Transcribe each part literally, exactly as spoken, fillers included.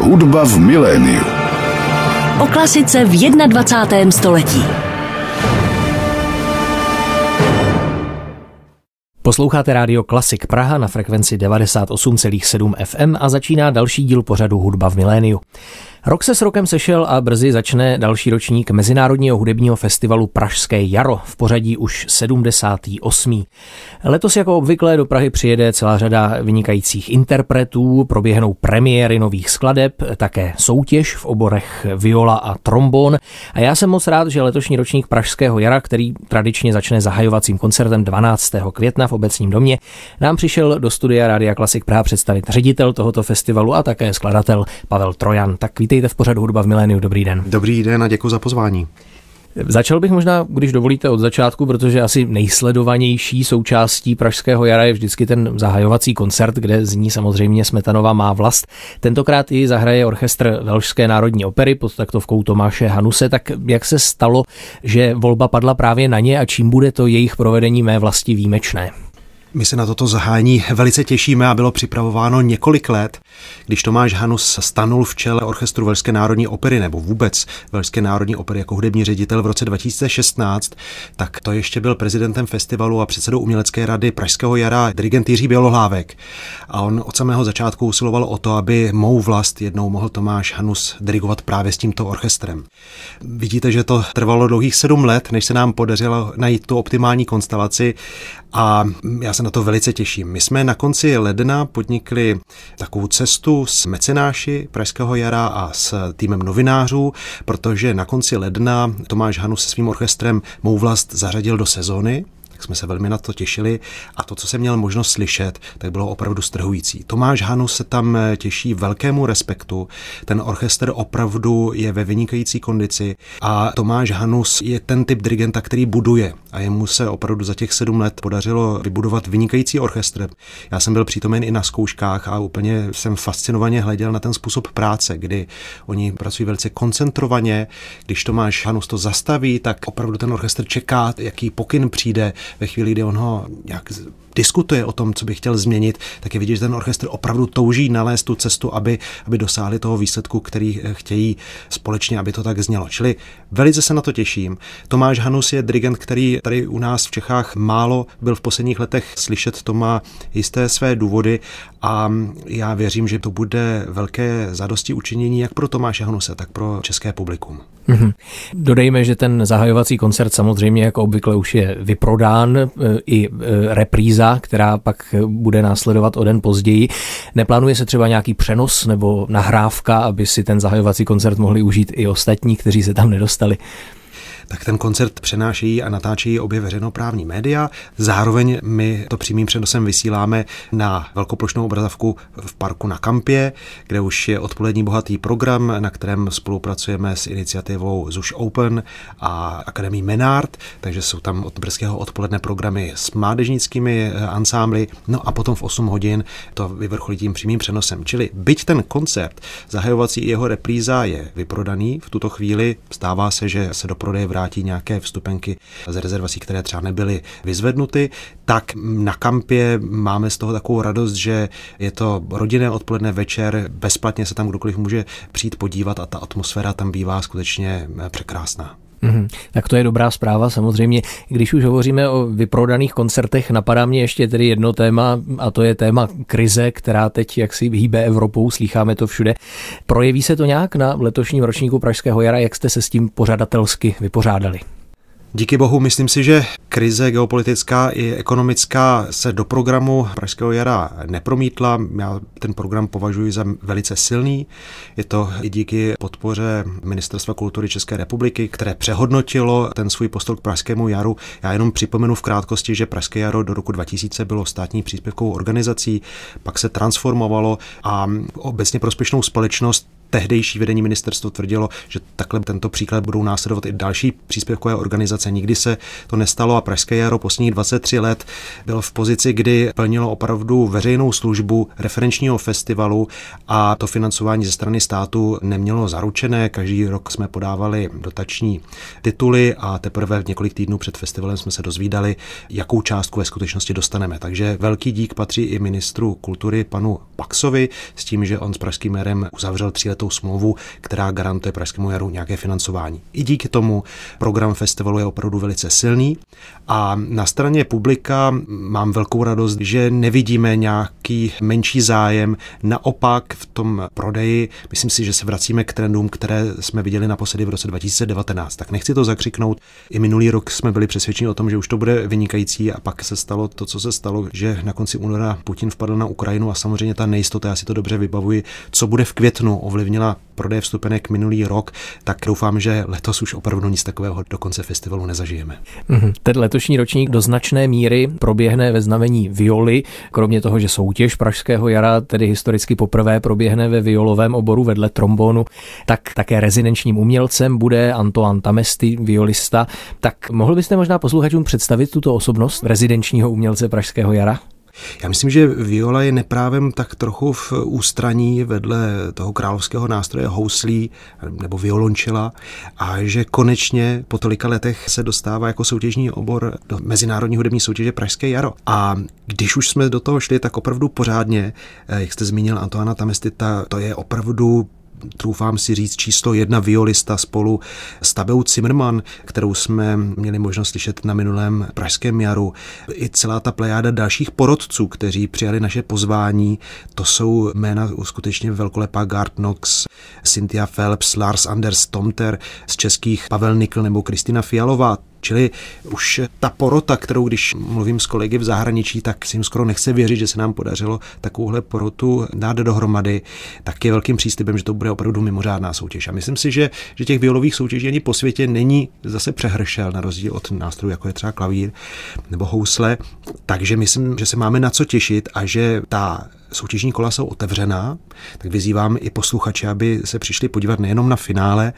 Hudba v miléniu. O klasice v dvacátém prvním století. Posloucháte rádio Klasik Praha na frekvenci devadesát osm celá sedm F M a začíná další díl pořadu Hudba v miléniu. Rok se s rokem sešel a brzy začne další ročník Mezinárodního hudebního festivalu Pražské jaro, v pořadí už sedmdesátý osmý Letos jako obvykle do Prahy přijede celá řada vynikajících interpretů, proběhnou premiéry nových skladeb, také soutěž v oborech viola a trombon. A já jsem moc rád, že letošní ročník Pražského jara, který tradičně začne zahajovacím koncertem dvanáctého května v Obecním domě, nám přišel do studia Rádia Klasik Praha představit ředitel tohoto festivalu a také skladatel Pavel Trojan. Tak vítejte v pořadu Hudba v miléniu. Dobrý den. Dobrý den a děkuji za pozvání. Začal bych možná, když dovolíte, od začátku, protože asi nejsledovanější součástí Pražského jara je vždycky ten zahajovací koncert, kde zní samozřejmě Smetanova Má vlast. Tentokrát ji zahraje orchestr Velšské národní opery pod taktovkou Tomáše Hanuse. Tak jak se stalo, že volba padla právě na ně a čím bude to jejich provedení Mé vlasti výjimečné? My se na toto zahájení velice těšíme a bylo připravováno několik let. Když Tomáš Hanus stanul v čele orchestru Velšské národní opery nebo vůbec Velšské národní opery jako hudební ředitel v roce dva tisíce šestnáct, tak to ještě byl prezidentem festivalu a předsedou umělecké rady Pražského jara dirigent Jiří Bělohlávek. A on od samého začátku usiloval o to, aby Mou vlast jednou mohl Tomáš Hanus dirigovat právě s tímto orchestrem. Vidíte, že to trvalo dlouhých sedm let, než se nám podařilo najít tu optimální konstelaci a já se na to velice těším. My jsme na konci ledna podnikli takovou cestu s mecenáši Pražského jara a s týmem novinářů, protože na konci ledna Tomáš Hanus se svým orchestrem Mou vlast zařadil do sezóny. Jsme se velmi na to těšili a to, co jsem měl možnost slyšet, tak bylo opravdu strhující. Tomáš Hanus se tam těší velkému respektu, ten orchestr opravdu je ve vynikající kondici a Tomáš Hanus je ten typ dirigenta, který buduje a jemu se opravdu za těch sedm let podařilo vybudovat vynikající orchestr. Já jsem byl přítomen i na zkouškách a úplně jsem fascinovaně hleděl na ten způsob práce, kdy oni pracují velice koncentrovaně. Když Tomáš Hanus to zastaví, tak opravdu ten orchestr čeká, jaký pokyn přijde. Ve chvíli, kdy on ho nějak diskutuje o tom, co by chtěl změnit, tak je vidět, že ten orchestr opravdu touží nalézt tu cestu, aby, aby dosáhli toho výsledku, který chtějí společně, aby to tak znělo. Čili velice se na to těším. Tomáš Hanus je dirigent, který tady u nás v Čechách málo byl v posledních letech slyšet, to má jisté své důvody a já věřím, že to bude velké zadosti učinění jak pro Tomáše Hanuse, tak pro české publikum. Mm-hmm. Dodejme, že ten zahajovací koncert samozřejmě jako obvykle už je vyprodán, i repríza, která pak bude následovat o den později. Neplánuje se třeba nějaký přenos nebo nahrávka, aby si ten zahajovací koncert mohli užít i ostatní, kteří se tam nedostali? Tak ten koncert přenášejí a natáčejí obě veřejnoprávní média. Zároveň my to přímým přenosem vysíláme na velkoplošnou obrazovku v parku na Kampě, kde už je odpolední bohatý program, na kterém spolupracujeme s iniciativou Zuš Open a Akademií Menard, takže jsou tam od brzkého odpoledne programy s mládežnickými ansámbly, no a potom v osm hodin to vyvrcholí tím přímým přenosem. Čili byť ten koncert zahajovací i jeho repríza je vyprodaný v tuto chvíli, stává se, že se do prodeje vrátí nějaké vstupenky z rezervací, které třeba nebyly vyzvednuty, tak na Kampě máme z toho takovou radost, že je to rodinné odpoledne večer, bezplatně se tam kdokoliv může přijít podívat a ta atmosféra tam bývá skutečně překrásná. Mm, tak to je dobrá zpráva samozřejmě. Když už hovoříme o vyprodaných koncertech, napadá mě ještě tedy jedno téma a to je téma krize, která teď jaksi hýbe Evropou, slýcháme to všude. Projeví se to nějak na letošním ročníku Pražského jara, jak jste se s tím pořadatelsky vypořádali? Díky bohu, myslím si, že krize geopolitická i ekonomická se do programu Pražského jara nepromítla. Já ten program považuji za velice silný. Je to i díky podpoře Ministerstva kultury České republiky, které přehodnotilo ten svůj postoj k Pražskému jaru. Já jenom připomenu v krátkosti, že Pražské jaro do roku dva tisíce bylo státní příspěvkovou organizací, pak se transformovalo a obecně prospěšnou společnost tehdejší vedení ministerstva tvrdilo, že takhle tento příklad budou následovat i další příspěvkové organizace. Nikdy se to nestalo a Pražské jaro posledních dvacet tři let bylo v pozici, kdy plnilo opravdu veřejnou službu referenčního festivalu a to financování ze strany státu nemělo zaručené. Každý rok jsme podávali dotační tituly a teprve několik týdnů před festivalem jsme se dozvídali, jakou částku ve skutečnosti dostaneme. Takže velký dík patří i ministru kultury panu Baxovi s tím, že on s pražským jarem uzavřel tříletou smlouvu, která garantuje Pražskému jaru nějaké financování. I díky tomu program festivalu je opravdu velice silný a na straně publika mám velkou radost, že nevidíme nějaký menší zájem. Naopak v tom prodeji, myslím si, že se vracíme k trendům, které jsme viděli naposledy v roce dva tisíce devatenáct. Tak nechci to zakřiknout. I minulý rok jsme byli přesvědčeni o tom, že už to bude vynikající a pak se stalo to, co se stalo, že na konci února Putin vpadl na Ukrajinu a samozřejmě ta nejistota, já si to dobře vybavuji, co bude v květnu, ovlivnila prodej vstupenek minulý rok, tak doufám, že letos už opravdu nic takového do konce festivalu nezažijeme. Mm-hmm. Ten letošní ročník do značné míry proběhne ve znamení violy, kromě toho, že soutěž Pražského jara, tedy historicky poprvé proběhne ve violovém oboru vedle trombonu, tak také rezidenčním umělcem bude Antoine Tamesty, violista. Tak mohl byste možná posluchačům představit tuto osobnost rezidenčního umělce Pražského jara? Já myslím, že viola je neprávem tak trochu v ústraní vedle toho královského nástroje houslí nebo violončela a že konečně po tolika letech se dostává jako soutěžní obor do mezinárodní hudební soutěže Pražské jaro. A když už jsme do toho šli, tak opravdu pořádně, jak jste zmínil Antoana Tamestita, to je opravdu, troufám si říct, číslo jedna violista spolu s Tabeou Zimmermann, kterou jsme měli možnost slyšet na minulém Pražském jaru. I celá ta plejáda dalších porodců, kteří přijali naše pozvání, to jsou jména skutečně velkolepá: Gard Knox, Cynthia Phelps, Lars Anders Tomter, z českých Pavel Nikl nebo Kristina Fialová. Čili už ta porota, kterou když mluvím s kolegy v zahraničí, tak si jim skoro nechce věřit, že se nám podařilo takovouhle porotu dát dohromady, tak je velkým příslibem, že to bude opravdu mimořádná soutěž. A myslím si, že, že těch violových soutěží ani po světě není zase přehršel, na rozdíl od nástrojů, jako je třeba klavír nebo housle. Takže myslím, že se máme na co těšit a že ta soutěžní kola jsou otevřená, tak vyzývám i posluchače, aby se přišli podívat nejenom na finále,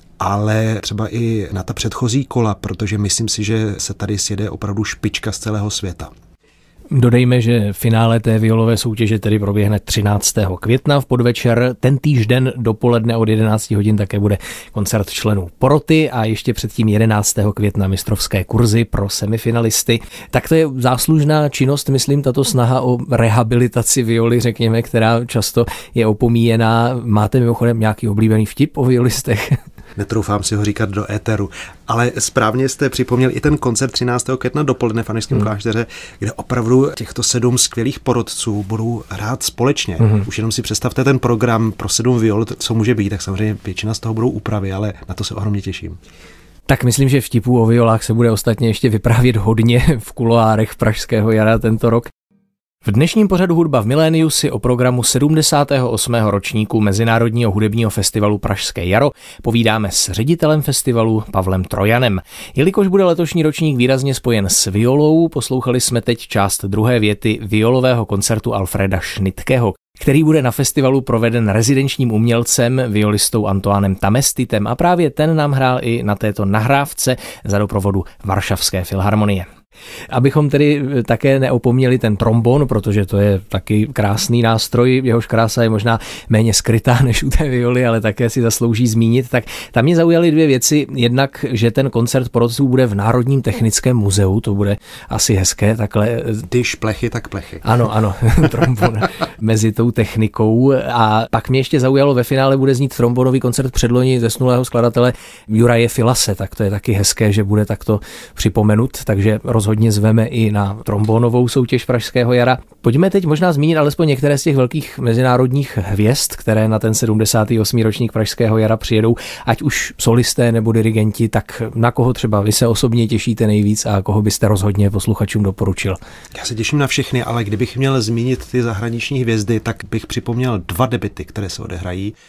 ale třeba i na ta předchozí kola, protože myslím si, že se tady sjede opravdu špička z celého světa. Dodejme, že finále té violové soutěže tedy proběhne třináctého května v podvečer. Ten týž den dopoledne od jedenácti hodin také bude koncert členů poroty a ještě předtím jedenáctého května mistrovské kurzy pro semifinalisty. Tak to je záslužná činnost, myslím, tato snaha o rehabilitaci violy, řekněme, která často je opomíjená. Máte mimochodem nějaký oblíbený vtip o violistech? Netroufám si ho říkat do éteru, ale správně jste připomněl i ten koncert třináctého května dopoledne v Anežském hmm. klášteře, kde opravdu těchto sedm skvělých porodců budou hrát společně. Hmm. Už jenom si představte ten program pro sedm viol, co může být, tak samozřejmě většina z toho budou úpravy, ale na to se ohromně těším. Tak myslím, že vtipů o violách se bude ostatně ještě vyprávět hodně v kuloárech Pražského jara tento rok. V dnešním pořadu Hudba v miléniu si o programu sedmdesátého osmého ročníku Mezinárodního hudebního festivalu Pražské jaro povídáme s ředitelem festivalu Pavlem Trojanem. Jelikož bude letošní ročník výrazně spojen s violou, poslouchali jsme teď část druhé věty violového koncertu Alfreda Schnittkeho, který bude na festivalu proveden rezidenčním umělcem, violistou Antoinem Tamestitem, a právě ten nám hrál i na této nahrávce za doprovodu Varšavské filharmonie. Abychom tedy také neopomněli ten trombon, protože to je taky krásný nástroj, jehož krása je možná méně skrytá než u té violy, ale také si zaslouží zmínit, tak tam mě zaujaly dvě věci. Jednak, že ten koncert porodců bude v Národním technickém muzeu, to bude asi hezké takhle. Když plechy, tak plechy. Ano, ano, trombon mezi tou technikou. A pak mě ještě zaujalo, ve finále bude znít trombonový koncert předloni zesnulého skladatele Juraje Filase, tak to je taky hezké, že bude takto připomenut, takže rozhodně zveme i na trombonovou soutěž Pražského jara. Pojďme teď možná zmínit alespoň některé z těch velkých mezinárodních hvězd, které na ten sedmdesátý osmý ročník Pražského jara přijedou, ať už solisté nebo dirigenti, tak na koho třeba vy se osobně těšíte nejvíc a koho byste rozhodně posluchačům doporučil? Já se těším na všechny, ale kdybych měl zmínit ty zahraniční hvězdy, tak bych připomněl dva debuty, které se odehrají.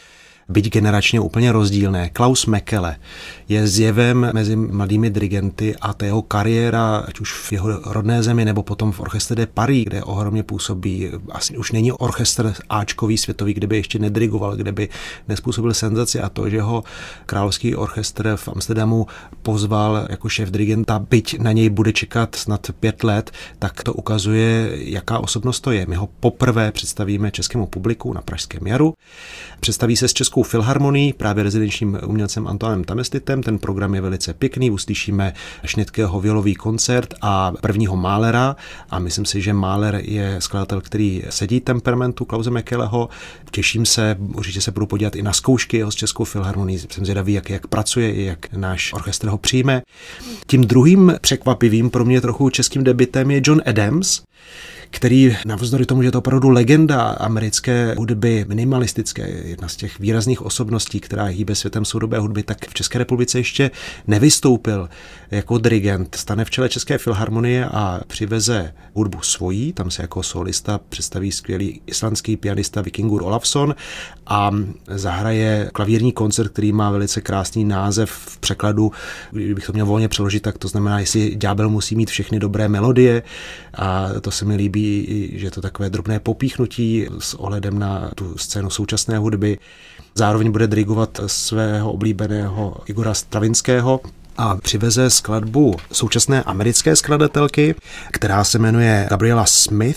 byť generačně úplně rozdílné. Klaus Mekele je zjevem mezi mladými dirigenty a ta jeho kariéra, ať už v jeho rodné zemi, nebo potom v Orchestre de Paris, kde ohromně působí. Asi už není orchestr áčkový světový, kde by ještě nedirigoval, kde by nespůsobil senzaci, a to, že ho Královský orchestr v Amsterdamu pozval jako šéf dirigenta, byť na něj bude čekat snad pět let, tak to ukazuje, jaká osobnost to je. My ho poprvé představíme českému publiku na Pražském jaru. Představí se s Českou filharmonií, právě rezidenčním umělcem Antoinem Tamestitem. Ten program je velice pěkný, uslyšíme Schnittkeho violový koncert a prvního Mahlera, a myslím si, že Mahler je skladatel, který sedí temperamentu Klause Mekeleho. Těším se, určitě se budu podívat i na zkoušky jeho s Českou filharmonií. Jsem zvědavý, jak, jak pracuje i jak náš orchestr ho přijme. Tím druhým překvapivým pro mě trochu českým debutem je John Adams, který navzdory tomu, že je to opravdu legenda americké hudby, minimalistické, jedna z těch výrazných osobností, která hýbe světem soudobé hudby, tak v České republice ještě nevystoupil jako dirigent. Stane v čele České filharmonie a přiveze hudbu svojí, tam se jako solista představí skvělý islandský pianista Vikingur Olafsson a zahraje klavírní koncert, který má velice krásný název v překladu, kdybych to měl volně přeložit, tak to znamená, jestli ďábel musí mít všechny dobré melodie, a to se mi líbí, že je to takové drobné popíchnutí s ohledem na tu scénu současné hudby. Zároveň bude dirigovat svého oblíbeného Igora Stravinského a přiveze skladbu současné americké skladatelky, která se jmenuje Gabriela Smith.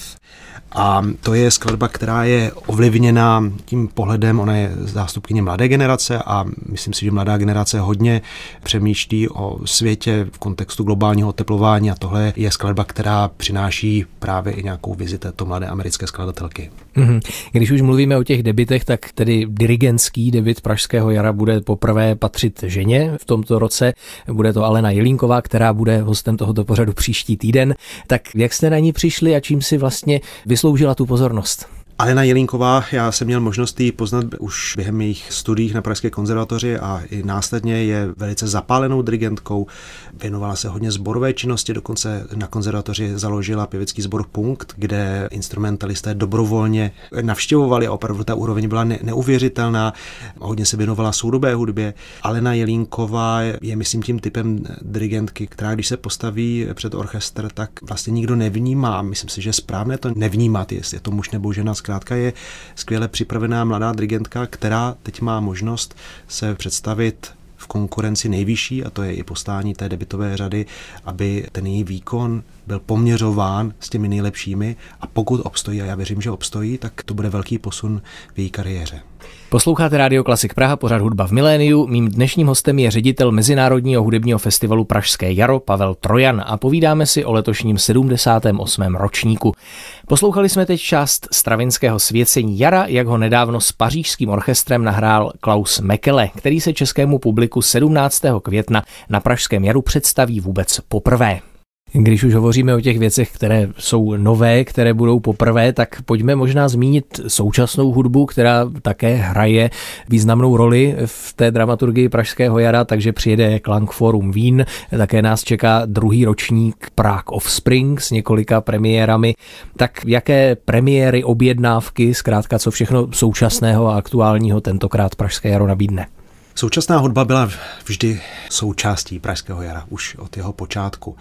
A to je skladba, která je ovlivněna tím pohledem, ona je zástupkyně mladé generace a myslím si, že mladá generace hodně přemýšlí o světě v kontextu globálního oteplování, a tohle je skladba, která přináší právě i nějakou vizi této mladé americké skladatelky. Mm-hmm. Když už mluvíme o těch debitech, tak tedy dirigentský debit Pražského jara bude poprvé patřit ženě v tomto roce. Bude to Alena Jelínková, která bude hostem tohoto pořadu příští týden. Tak jak jste na ní přišli a čím si vlastně vysloužila tu pozornost? Alena Jelínková, já jsem měl možnost ji poznat už během mých studií na Pražské konzervatoři a i následně je velice zapálenou dirigentkou. Věnovala se hodně sborové činnosti, dokonce na konzervatoři založila pěvecký sbor Punkt, kde instrumentalisté dobrovolně navštěvovali a opravdu ta úroveň byla ne- neuvěřitelná. Hodně se věnovala soudobé hudbě. Alena Jelínková je, myslím, tím typem dirigentky, která když se postaví před orchestr, tak vlastně nikdo nevnímá. Myslím si, že je správné to nevnímat, jestli je to muž nebo žena. Zkrátka je skvěle připravená mladá dirigentka, která teď má možnost se představit v konkurenci nejvyšší, a to je i postání té debitové řady, aby ten její výkon byl poměřován s těmi nejlepšími, a pokud obstojí, a já věřím, že obstojí, tak to bude velký posun v její kariéře. Posloucháte Rádio Klasik Praha, pořad Hudba v miléniu. Mým dnešním hostem je ředitel Mezinárodního hudebního festivalu Pražské jaro Pavel Trojan a povídáme si o letošním sedmdesátém osmém ročníku. Poslouchali jsme teď část Stravinského Svěcení jara, jak ho nedávno s pařížským orchestrem nahrál Klaus Mekele, který se českému publiku sedmnáctého května na Pražském jaru představí vůbec poprvé. Když už hovoříme o těch věcech, které jsou nové, které budou poprvé, tak pojďme možná zmínit současnou hudbu, která také hraje významnou roli v té dramaturgii Pražského jara, takže přijede Klangforum Wien, také nás čeká druhý ročník Prague Offspring s několika premiérami. Tak jaké premiéry, objednávky, zkrátka co všechno současného a aktuálního tentokrát Pražské jaro nabídne? Současná hudba byla vždy součástí Pražského jara, už od jeho počátku.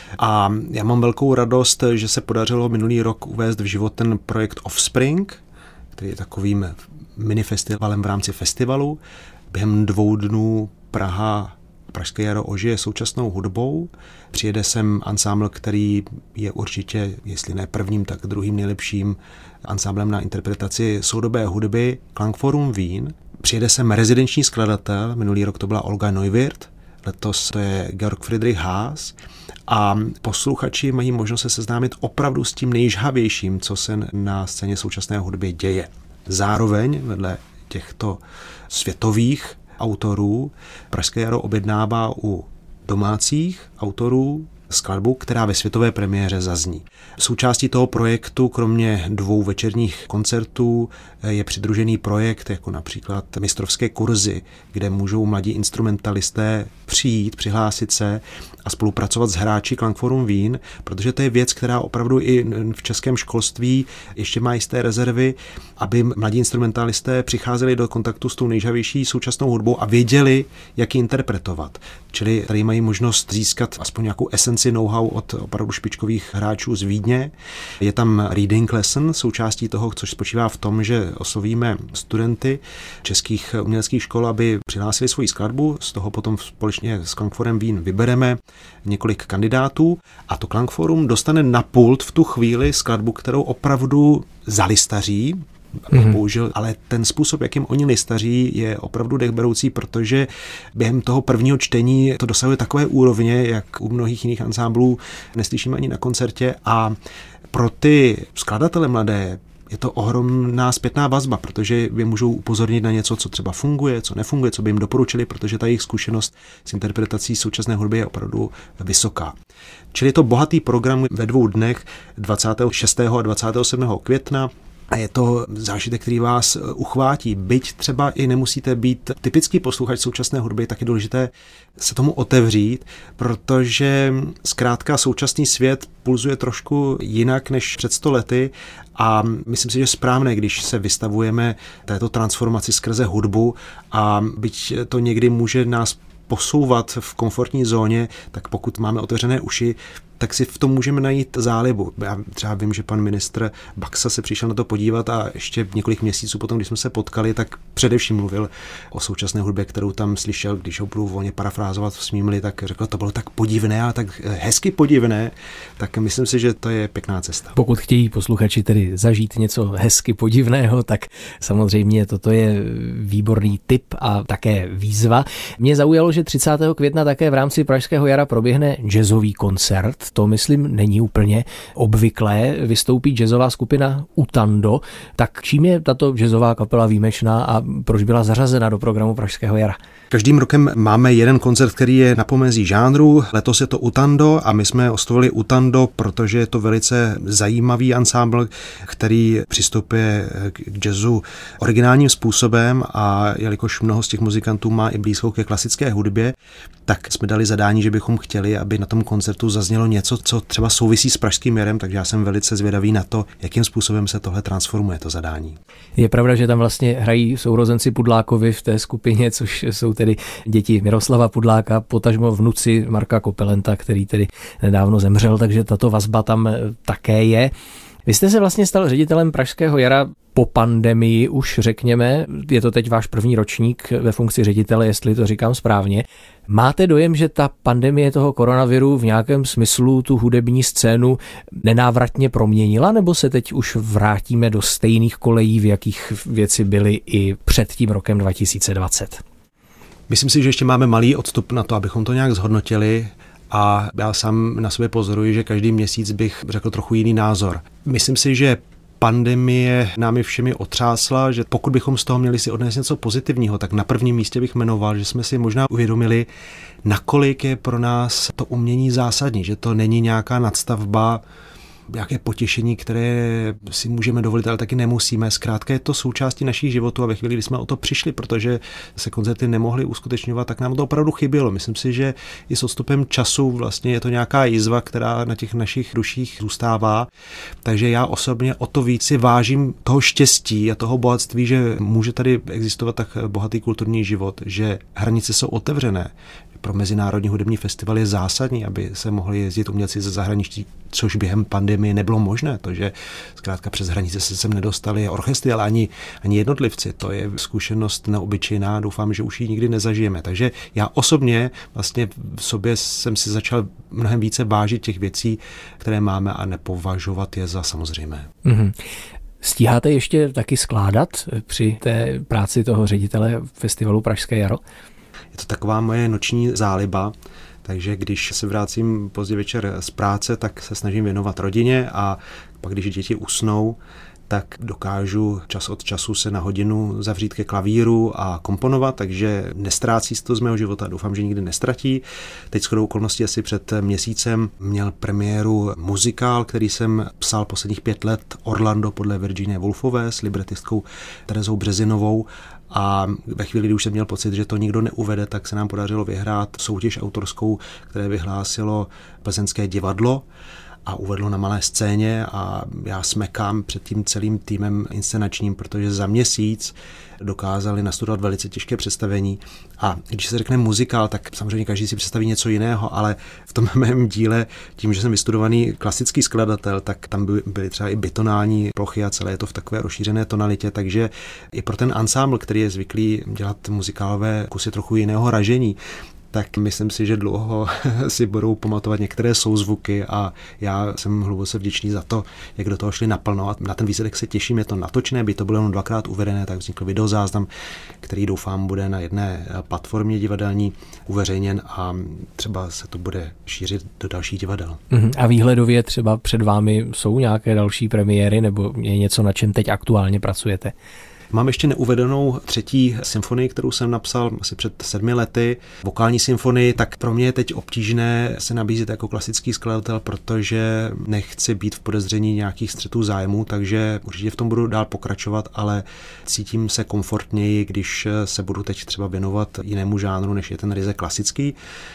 A já mám velkou radost, že se podařilo minulý rok uvést v život ten projekt Offspring, který je takovým minifestivalem v rámci festivalu. Během dvou dnů Praha Pražské jaro ožije současnou hudbou. Přijede sem ansámbl, který je určitě, jestli ne prvním, tak druhým nejlepším ansámblem na interpretaci soudobé hudby, Klangforum Wien. Přijede sem rezidenční skladatel, minulý rok to byla Olga Neuwirth, letos to je Georg Friedrich Haas, a posluchači mají možnost se seznámit opravdu s tím nejžhavějším, co se na scéně současné hudby děje. Zároveň vedle těchto světových autorů Pražské jaro objednává u domácích autorů skladbu, která ve světové premiéře zazní. Součástí toho projektu, kromě dvou večerních koncertů, je přidružený projekt, jako například mistrovské kurzy, kde můžou mladí instrumentalisté přijít, přihlásit se a spolupracovat s hráči Klangforum Vín, protože to je věc, která opravdu i v českém školství ještě má jisté rezervy, aby mladí instrumentalisté přicházeli do kontaktu s tou nejžavější současnou hudbou a věděli, jak ji interpretovat. Čili tady mají možnost získat aspoň nějakou esenci know-how od opravdu špičkových hráčů z Vídně. Je tam reading lesson, součástí toho, což spočívá v tom, že oslovíme studenty českých uměleckých škol, aby přihlásili svoji skladbu, z toho potom společně s Klangforem Vín vybereme několik kandidátů a to Klangforum dostane na pult v tu chvíli skladbu, kterou opravdu zalistaří, mm-hmm. použil, ale ten způsob, jakým oni listaří, je opravdu dechberoucí, protože během toho prvního čtení to dosahuje takové úrovně, jak u mnohých jiných ansámblů neslyšíme ani na koncertě a pro ty skladatele mladé je to ohromná zpětná vazba, protože je můžou upozornit na něco, co třeba funguje, co nefunguje, co by jim doporučili, protože ta jejich zkušenost s interpretací současné hudby je opravdu vysoká. Čili je to bohatý program ve dvou dnech, dvacátého šestého a dvacátého sedmého května. A je to zážitek, který vás uchvátí. Byť třeba i nemusíte být typický posluchač současné hudby, tak je důležité se tomu otevřít, protože zkrátka současný svět pulzuje trošku jinak než před sto lety a myslím si, že je správné, když se vystavujeme této transformaci skrze hudbu a byť to někdy může nás posouvat v komfortní zóně, tak pokud máme otevřené uši, tak si v tom můžeme najít zálibu. Já třeba vím, že pan ministr Baxa se přišel na to podívat a ještě několik měsíců potom, když jsme se potkali, tak především mluvil o současné hudbě, kterou tam slyšel, když ho budu volně parafrázovat smím-li, tak řekl, to bylo tak podivné a tak hezky podivné, tak myslím si, že to je pěkná cesta. Pokud chtějí posluchači tedy zažít něco hezky podivného, tak samozřejmě toto je výborný tip a také výzva. Mě zaujalo, že třicátého května také v rámci Pražského jara proběhne jazzový koncert. To, myslím, není úplně obvyklé. Vystoupí jazzová skupina Utando. Tak čím je tato jazzová kapela výjimečná a proč byla zařazena do programu Pražského jara? Každým rokem máme jeden koncert, který je na pomezí žánru. Letos je to Utando a my jsme oslovili Utando, protože je to velice zajímavý ansámbl, který přistupuje k jazzu originálním způsobem a jelikož mnoho z těch muzikantů má i blízko ke klasické hudbě, tak jsme dali zadání, že bychom chtěli, aby na tom koncertu zaznělo něco, co třeba souvisí s Pražským jarem, takže já jsem velice zvědavý na to, jakým způsobem se tohle transformuje, to zadání. Je pravda, že tam vlastně hrají sourozenci Pudlákovi v té skupině, což jsou tedy děti Miroslava Pudláka, potažmo vnuci Marka Kopelenta, který tedy nedávno zemřel, takže tato vazba tam také je. Vy jste se vlastně stal ředitelem Pražského jara po pandemii, už řekněme, je to teď váš první ročník ve funkci ředitele, jestli to říkám správně. Máte dojem, že ta pandemie toho koronaviru v nějakém smyslu tu hudební scénu nenávratně proměnila, nebo se teď už vrátíme do stejných kolejí, v jakých věci byly i před tím rokem dva tisíce dvacet? Myslím si, že ještě máme malý odstup na to, abychom to nějak zhodnotili. A já sám na sobě pozoruji, že každý měsíc bych řekl trochu jiný názor. Myslím si, že pandemie námi všemi otřásla, že pokud bychom z toho měli si odnést něco pozitivního, tak na prvním místě bych jmenoval, že jsme si možná uvědomili, nakolik je pro nás to umění zásadní, že to není nějaká nadstavba, nějaké potěšení, které si můžeme dovolit, ale taky nemusíme. Zkrátka je to součástí našich životů a ve chvíli, kdy jsme o to přišli, protože se koncerty nemohly uskutečňovat, tak nám to opravdu chybělo. Myslím si, že i s odstupem času vlastně je to nějaká jizva, která na těch našich duších zůstává. Takže já osobně o to víc si vážím toho štěstí a toho bohatství, že může tady existovat tak bohatý kulturní život, že hranice jsou otevřené. Pro Mezinárodní hudební festival je zásadní, aby se mohli jezdit umělci ze zahraničí, což během pandemie nebylo možné. To, že zkrátka přes hranice se sem nedostali orchestry, ale ani, ani jednotlivci. To je zkušenost neobyčejná, doufám, že už ji nikdy nezažijeme. Takže já osobně vlastně v sobě jsem si začal mnohem více vážit těch věcí, které máme a nepovažovat je za samozřejmé. Mm-hmm. Stíháte ještě taky skládat při té práci toho ředitele festivalu Pražské jaro? Je to taková moje noční záliba, takže když se vrátím pozdě večer z práce, tak se snažím věnovat rodině a pak, když děti usnou, tak dokážu čas od času se na hodinu zavřít ke klavíru a komponovat, takže nestrácí se to z mého života, doufám, že nikdy nestratí. Teď shodou okolností asi před měsícem měl premiéru muzikál, který jsem psal posledních pět let, Orlando podle Virginie Woolfové s libretistkou Terezou Březinovou. A ve chvíli, kdy už jsem měl pocit, že to nikdo neuvede, tak se nám podařilo vyhrát soutěž autorskou, které vyhlásilo Plzeňské divadlo a uvedlo na malé scéně, a já smekám před tím celým týmem inscenačním, protože za měsíc dokázali nastudovat velice těžké představení. A když se řekne muzikál, tak samozřejmě každý si představí něco jiného, ale v tom mém díle, tím, že jsem vystudovaný klasický skladatel, tak tam byly třeba i bitonální plochy a celé je to v takové rozšířené tonalitě, takže i pro ten ansámbl, který je zvyklý dělat muzikálové kusy trochu jiného ražení, tak myslím si, že dlouho si budou pamatovat některé souzvuky a já jsem hluboce vděčný za to, jak do toho šli naplno a na ten výsledek se těším, je to natočné, by to bylo jenom dvakrát uvedené, tak vznikl videozáznam, který doufám bude na jedné platformě divadelní uveřejněn a třeba se to bude šířit do dalších divadel. A výhledově třeba před vámi jsou nějaké další premiéry nebo je něco, na čem teď aktuálně pracujete? Mám ještě neuvedenou třetí symfonii, kterou jsem napsal asi před sedmi lety. Vokální symfonii, tak pro mě je teď obtížné se nabízet jako klasický skladatel, protože nechci být v podezření nějakých střetů zájmů, takže určitě v tom budu dál pokračovat, ale cítím se komfortněji, když se budu teď třeba věnovat jinému žánru, než je ten ryze klasický.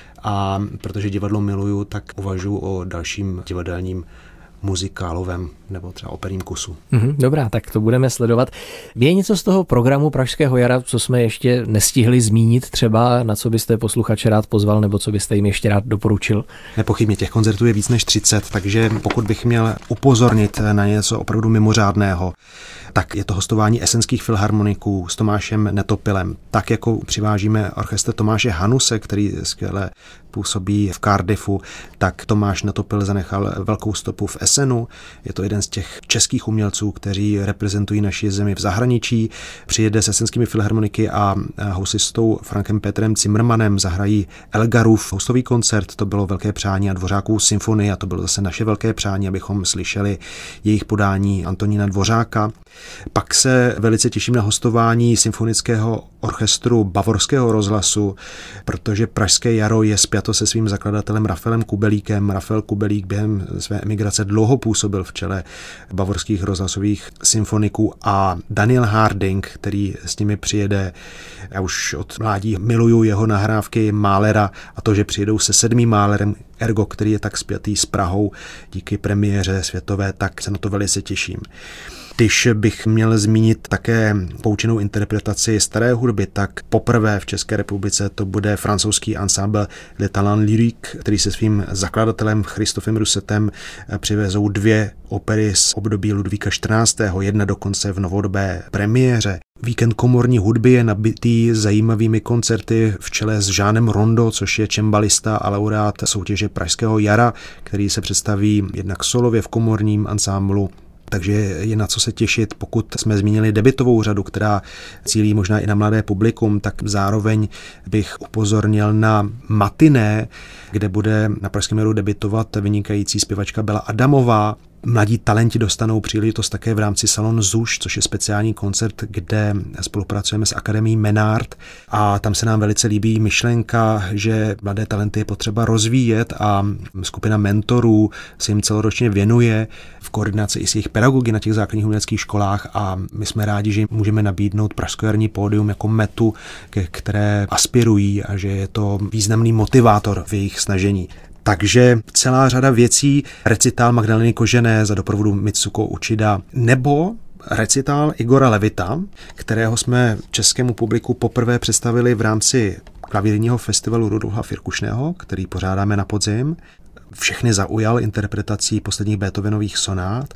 A protože divadlo miluju, tak uvažuji o dalším divadelním muzikálovém nebo třeba operním kusu. Mm, dobrá, tak to budeme sledovat. Je něco z toho programu Pražského jara, co jsme ještě nestihli zmínit, třeba na co byste posluchače rád pozval, nebo co byste jim ještě rád doporučil? Nepochybně, těch koncertů je víc než třicet, takže pokud bych měl upozornit na něco opravdu mimořádného, tak je to hostování esenských filharmoniků s Tomášem Netopilem. Tak jako přivážíme orchestr Tomáše Hanuse, který skvěle působí v Cardiffu, tak Tomáš Netopil zanechal velkou stopu v Essenu. Je to jeden z těch českých umělců, kteří reprezentují naši zemi v zahraničí. Přijede s esenskými filharmoniky a housistou Frankem Petrem Zimmermanem zahrají Elgarův houstový koncert. To bylo velké přání a Dvořákův symfonii a to bylo zase naše velké přání, abychom slyšeli jejich podání Antonína Dvořáka. Pak se velice těším na hostování symfonického orchestru Bavorského rozhlasu, protože Pražské jaro je spjato se svým zakladatelem Rafaelem Kubelíkem. Rafael Kubelík během své emigrace dlouho působil v čele bavorských rozhlasových symfoniků a Daniel Harding, který s nimi přijede, já už od mládí miluju jeho nahrávky Mahlera a to, že přijedou se sedmým Mahlerem, ergo, který je tak spjatý s Prahou díky premiéře světové, tak se na to velice těším. Když bych měl zmínit také poučenou interpretaci staré hudby, tak poprvé v České republice to bude francouzský ensemble Le Talent Lyrique, který se svým zakladatelem Christophem Roussetem přivezou dvě opery z období Ludvíka čtrnáctého Jedna dokonce v novodobé premiéře. Víkend komorní hudby je nabitý zajímavými koncerty v čele s Jeanem Rondo, což je čembalista a laureát soutěže Pražského jara, který se představí jednak solově v komorním ansámblu. Takže je na co se těšit. Pokud jsme zmínili debutovou řadu, která cílí možná i na mladé publikum, tak zároveň bych upozornil na matiné, kde bude na Pražském jaru debutovat vynikající zpěvačka Bela Adamová. Mladí talenti dostanou příležitost také v rámci Salon Zuš, což je speciální koncert, kde spolupracujeme s Akademií Menard a tam se nám velice líbí myšlenka, že mladé talenty je potřeba rozvíjet a skupina mentorů se jim celoročně věnuje v koordinaci i s jejich pedagogy na těch základních uměleckých školách a my jsme rádi, že jim můžeme nabídnout pražskojarní pódium jako metu, ke které aspirují a že je to významný motivátor v jejich snažení. Takže celá řada věcí, recitál Magdaleny Kožené za doprovodu Mitsuko Uchida, nebo recitál Igora Levita, kterého jsme českému publiku poprvé představili v rámci klavírního festivalu Rudolfa Firkušného, který pořádáme na podzim. Všechny zaujal interpretací posledních Beethovenových sonát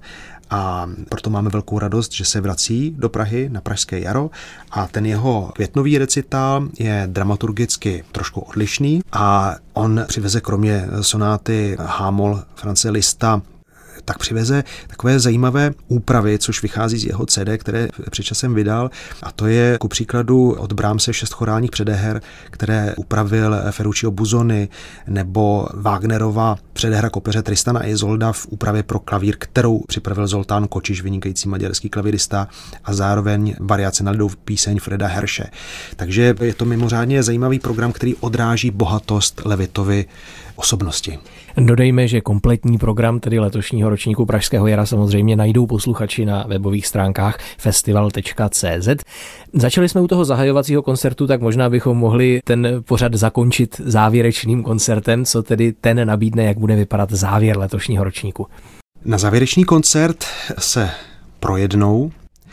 a proto máme velkou radost, že se vrací do Prahy na Pražské jaro a ten jeho květnový recitál je dramaturgicky trošku odlišný a on přiveze kromě sonáty H-moll Franze Liszta tak přiveze takové zajímavé úpravy, což vychází z jeho C D, které před časem vydal, a to je ku příkladu od Brahmse šest chorálních předeher, které upravil Ferruccio Busoni, nebo Wagnerova předehra k opeře Tristan a Isolda v úpravě pro klavír, kterou připravil Zoltán Kočiš, vynikající maďarský klavírista, a zároveň variace na lidovou píseň Freda Herše. Takže je to mimořádně zajímavý program, který odráží bohatost Levitovy osobnosti. Dodejme, že kompletní program tedy letošního ročníku Pražského jara samozřejmě najdou posluchači na webových stránkách festival tečka cé zet. Začali jsme u toho zahajovacího koncertu, tak možná bychom mohli ten pořad zakončit závěrečným koncertem, co tedy ten nabídne, jak bude vypadat závěr letošního ročníku. Na závěrečný koncert se projednou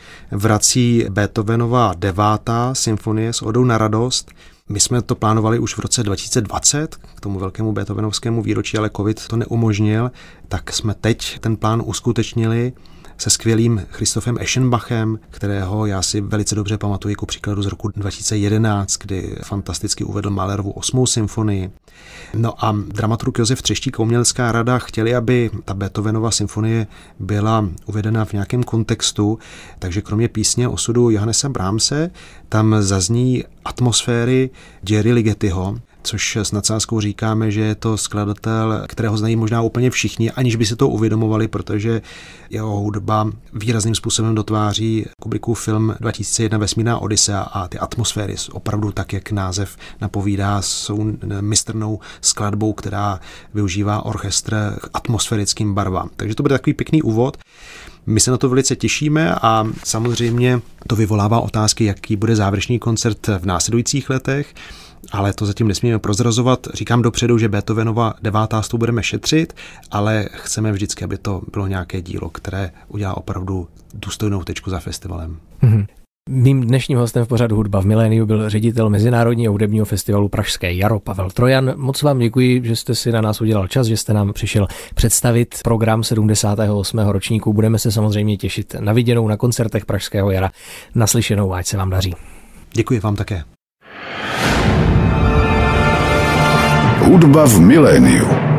vrací Beethovenova devátá symfonie s odou na radost. My jsme to plánovali už v roce dva tisíce dvacet, k tomu velkému beethovenovskému výročí, ale covid to neumožnil, tak jsme teď ten plán uskutečnili se skvělým Christophem Eschenbachem, kterého já si velice dobře pamatuji ku příkladu z roku dva tisíce jedenáct, kdy fantasticky uvedl Mahlerovu osmou symfonii. No a dramaturg Josef Třeštík a umělecká rada chtěli, aby ta Beethovenova symfonie byla uvedena v nějakém kontextu, takže kromě písně osudu Johannese Brahmse tam zazní atmosféry Jerry Ligetiho, což s nadsázkou říkáme, že je to skladatel, kterého znají možná úplně všichni, aniž by si to uvědomovali, protože jeho hudba výrazným způsobem dotváří Kubrickův film dva tisíce jedna Vesmírná Odysea a ty atmosféry opravdu tak, jak název napovídá, jsou mistrnou skladbou, která využívá orchestr k atmosférickým barvám. Takže to bude takový pěkný úvod. My se na to velice těšíme a samozřejmě to vyvolává otázky, jaký bude závěrečný koncert v následujících letech, ale to zatím nesmíme prozrazovat. Říkám dopředu, že Beethovenova devátá stu budeme šetřit, ale chceme vždycky, aby to bylo nějaké dílo, které udělá opravdu důstojnou tečku za festivalem. Mm-hmm. Mým dnešním hostem v pořadu Hudba v miléniu byl ředitel Mezinárodního hudebního festivalu Pražské jaro Pavel Trojan. Moc vám děkuji, že jste si na nás udělal čas, že jste nám přišel představit program sedmdesátého osmého ročníku. Budeme se samozřejmě těšit na viděnou na koncertech Pražského jara. Naslyšenou, ať se vám daří. Děkuji vám také. Hudba v miléniu.